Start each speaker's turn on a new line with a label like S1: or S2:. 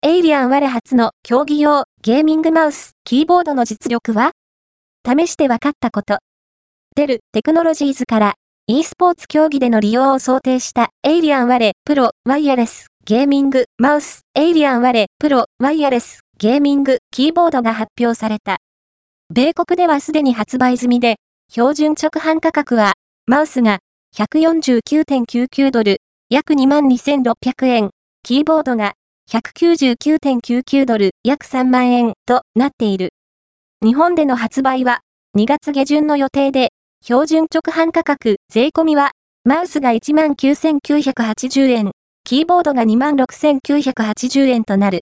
S1: エイリアン我初の競技用ゲーミングマウス、キーボードの実力は？試して分かったこと。デルテクノロジーズから e スポーツ競技での利用を想定したエイリアン我プロワイヤレスゲーミングマウス、エイリアン我プロワイヤレスゲーミングキーボードが発表された。米国ではすでに発売済みで、標準直販価格は、マウスが 149.99 ドル、約22,600円、キーボードが 199.99 ドル、約3万円となっている。日本での発売は2月下旬の予定で、標準直販価格税込みは、マウスが 19,980 円、キーボードが 26,980 円となる。